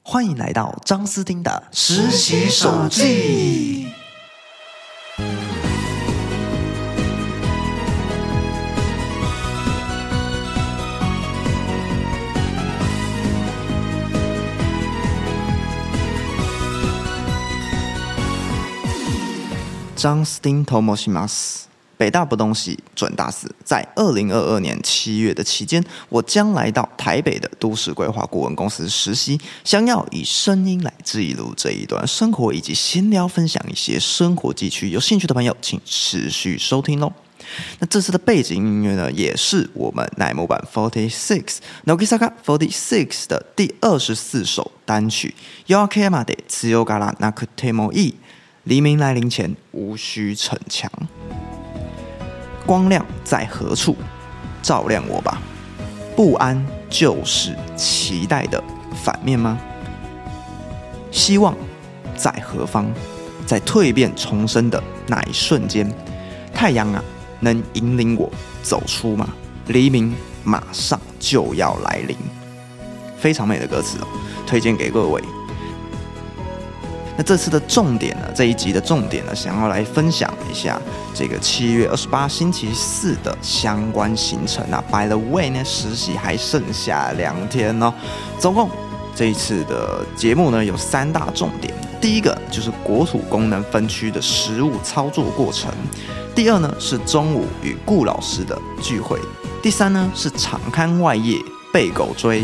欢迎来到张斯汀的实习手记。张斯汀と申します。北大不动系准大四，在2022年7月的期间，我将来到台北的都市规划顾问公司实习，想要以声音来记录这一段生活，以及闲聊分享一些生活记趣。有兴趣的朋友，请持续收聽咯。那这次的背景音乐呢，也是我们乃木坂46 Nogisaka 46的第24首单曲。夜明けまで強がらなくてもいい。黎明来临前，无需逞强。光亮在何处？照亮我吧。不安就是期待的反面吗？希望在何方？在蜕变重生的那一瞬间，太阳啊，能引领我走出吗？黎明马上就要来临。非常美的歌词哦，推荐给各位。那这次的重点呢，这一集的重点呢，想要来分享一下这个7月28星期四的相关行程啊。By the way 呢，实习还剩下2天哦。总共这一次的节目呢，有3大重点。第一个就是国土功能分区的实务操作过程。第二呢是中午与顾老师的聚会。第三呢是场勘外业被狗追。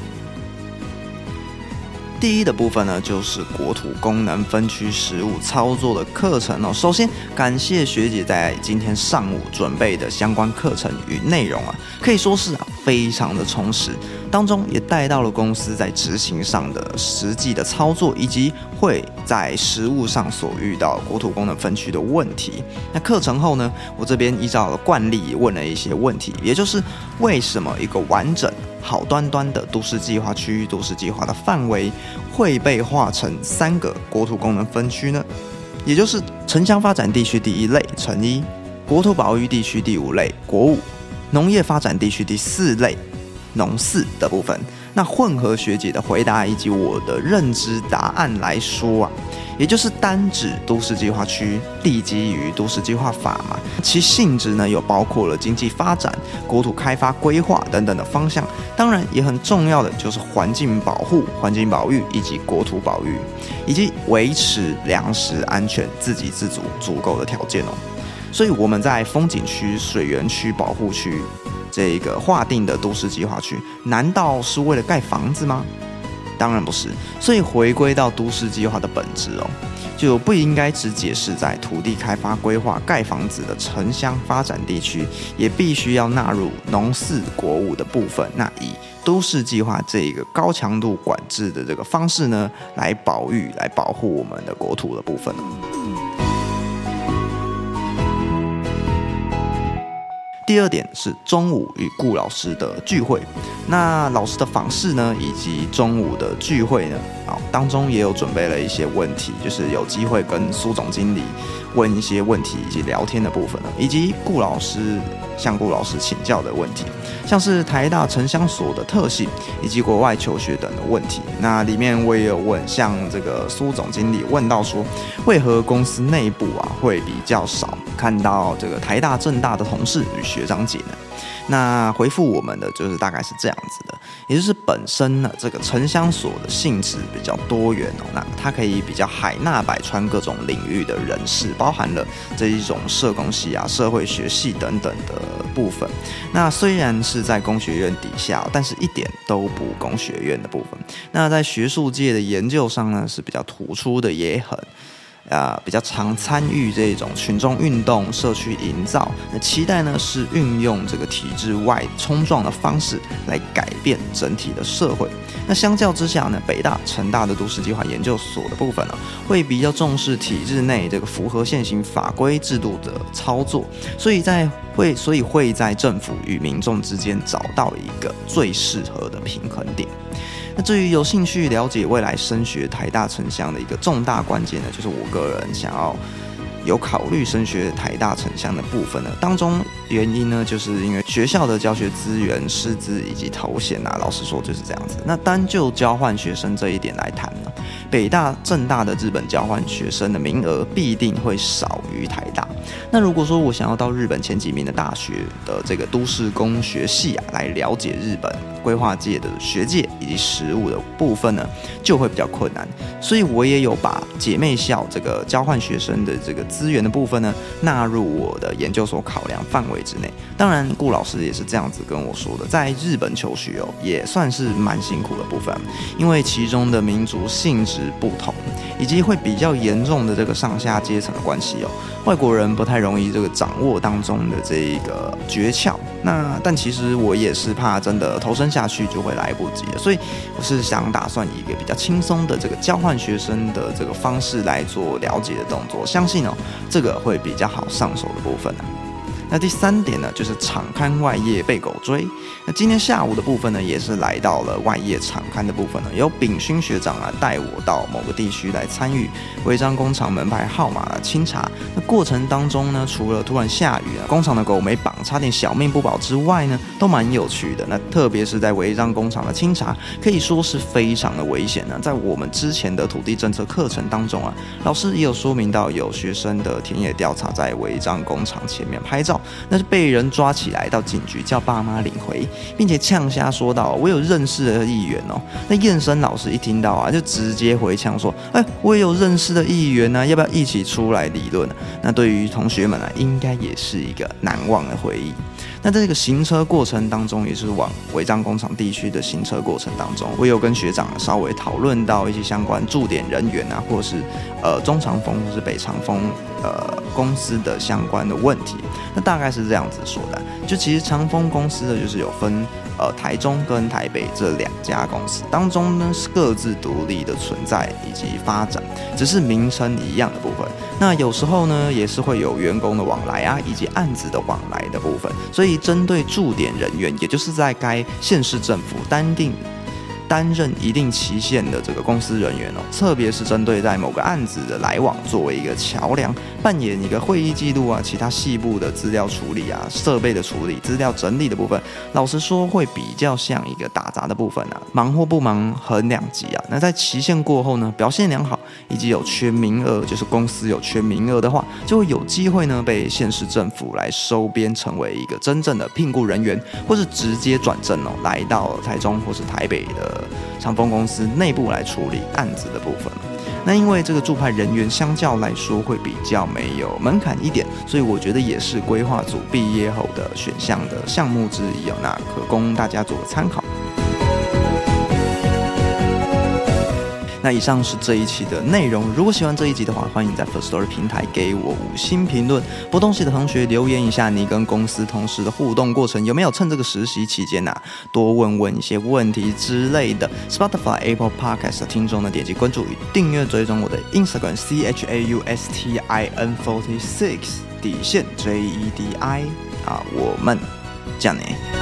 第一的部分呢，就是国土功能分区实务操作的课程哦。首先，感谢学姐在今天上午准备的相关课程与内容啊，可以说是非常的充实。当中也带到了公司在执行上的实际的操作，以及会在实务上所遇到国土功能分区的问题。那课程后呢，我这边依照了惯例问了一些问题，也就是为什么一个完整好端端的都市计划区、都市计划的范围会被划成3个国土功能分区呢？也就是城乡发展地区第1类城1，国土保育地区第5类国5，农业发展地区第4类农4的部分。那混合学姐的回答以及我的认知答案来说啊，也就是单指都市计划区，立基于都市计划法嘛，其性质呢有包括了经济发展、国土开发规划等等的方向，当然也很重要的就是环境保护、环境保育以及国土保育，以及维持粮食安全、自给自足足够的条件哦。所以我们在风景区、水源区、保护区这个划定的都市计划区，难道是为了盖房子吗？当然不是。所以回归到都市计划的本质哦，就不应该只解释在土地开发规划盖房子的城乡发展地区，也必须要纳入农4国5的部分。那以都市计划这个高强度管制的这个方式呢，来保育、来保护我们的国土的部分。第2点是中午与顾老师的聚会。那老师的访视呢，以及中午的聚会呢，当中也有准备了一些问题，就是有机会跟苏总经理问一些问题以及聊天的部分，以及向顾老师请教的问题，像是台大城乡所的特性以及国外求学等的问题。那里面我也有问，像这个苏总经理问到说，为何公司内部会比较少看到这个台大政大的同事与学长姐呢？那回复我们的就是大概是这样子的，也就是本身呢这个城乡所的性质比较多元哦，那它可以比较海纳百川各种领域的人士，包含了这一种社工系啊、社会学系等等的部分。那虽然是在工学院底下，但是一点都不工学院的部分。那在学术界的研究上呢，是比较突出的，也很比较常参与这种群众运动、社区营造。那期待呢是运用这个体制外冲撞的方式来改变整体的社会。那相较之下呢，北大、成大的都市计划研究所的部分呢，会比较重视体制内这个符合现行法规制度的操作，所以会在政府与民众之间找到一个最适合的平衡点。那至于有兴趣了解未来升学台大城乡的一个重大关键呢，就是我个人想要有考虑升学台大城乡的部分呢，当中原因呢，就是因为学校的教学资源、师资以及头衔啊，老实说就是这样子。那单就交换学生这一点来谈呢，北大、政大的日本交换学生的名额必定会少于台大。那如果说我想要到日本前几名的大学的这个都市工学系啊，来了解日本规划界的学界以及实务的部分呢，就会比较困难。所以我也有把姐妹校这个交换学生的这个资源的部分呢，纳入我的研究所考量范围之内。当然，顾老师也是这样子跟我说的，在日本求学哦，也算是蛮辛苦的部分，因为其中的民族性质不同，以及会比较严重的这个上下阶层的关系哦，外国人不太容易这个掌握当中的这个诀窍。但其实我也是怕真的投身下去就会来不及了，所以我是想打算以一个比较轻松的这个交换学生的这个方式来做了解的动作，相信这个会比较好上手的部分啊。那第3点呢，就是场勘外业被狗追。那今天下午的部分呢，也是来到了外业场勘的部分呢，由秉勋学长啊带我到某个地区来参与违章工厂门牌号码的清查。那过程当中呢，除了突然下雨啊，工厂的狗没绑，差点小命不保之外呢，都蛮有趣的。那特别是在违章工厂的清查，可以说是非常的危险呢。在我们之前的土地政策课程当中啊，老师也有说明到，有学生的田野调查在违章工厂前面拍照。那是被人抓起来到警局叫爸妈领回，并且呛瞎说道：“我有认识的议员哦。”那验生老师一听到啊，就直接回呛说：“我也有认识的议员啊，要不要一起出来理论？”那对于同学们啊，应该也是一个难忘的回忆。那在这个行车过程当中，也是往违章工厂地区的行车过程当中，我有跟学长稍微讨论到一些相关驻点人员啊，或是中长丰或是北长丰公司的相关的问题。那大概是这样子说的，就其实长丰公司的就是有分台中跟台北这2家公司当中呢，是各自独立的存在以及发展，只是名称一样的部分。那有时候呢，也是会有员工的往来啊，以及案子的往来的部分。所以针对驻点人员，也就是在该县市政府担任一定期限的这个公司人员哦，特别是针对在某个案子的来往作为一个桥梁，扮演一个会议记录啊、其他细部的资料处理啊、设备的处理、资料整理的部分，老实说会比较像一个打杂的部分啊，忙或不忙很两极啊。那在期限过后呢，表现良好以及有缺名额，就是公司有缺名额的话，就会有机会呢被县市政府来收编成为一个真正的聘雇人员，或是直接转正哦，来到台中或是台北的长丰公司内部来处理案子的部分。那因为这个驻派人员相较来说会比较没有门槛一点，所以我觉得也是规划组毕业后的选项的项目之一哦，那可供大家做个参考。那以上是这一期的内容，如果喜欢这一集的话，欢迎在 Firstory 平台给我5星评论。不动系的同学留言一下你跟公司同事的互动过程，有没有趁这个实习期间多问一些问题之类的。 Spotify、Apple Podcast 的听众呢，点击关注与订阅追踪我的 Instagram CHAUSTIN46_JEDI 我们这样呢。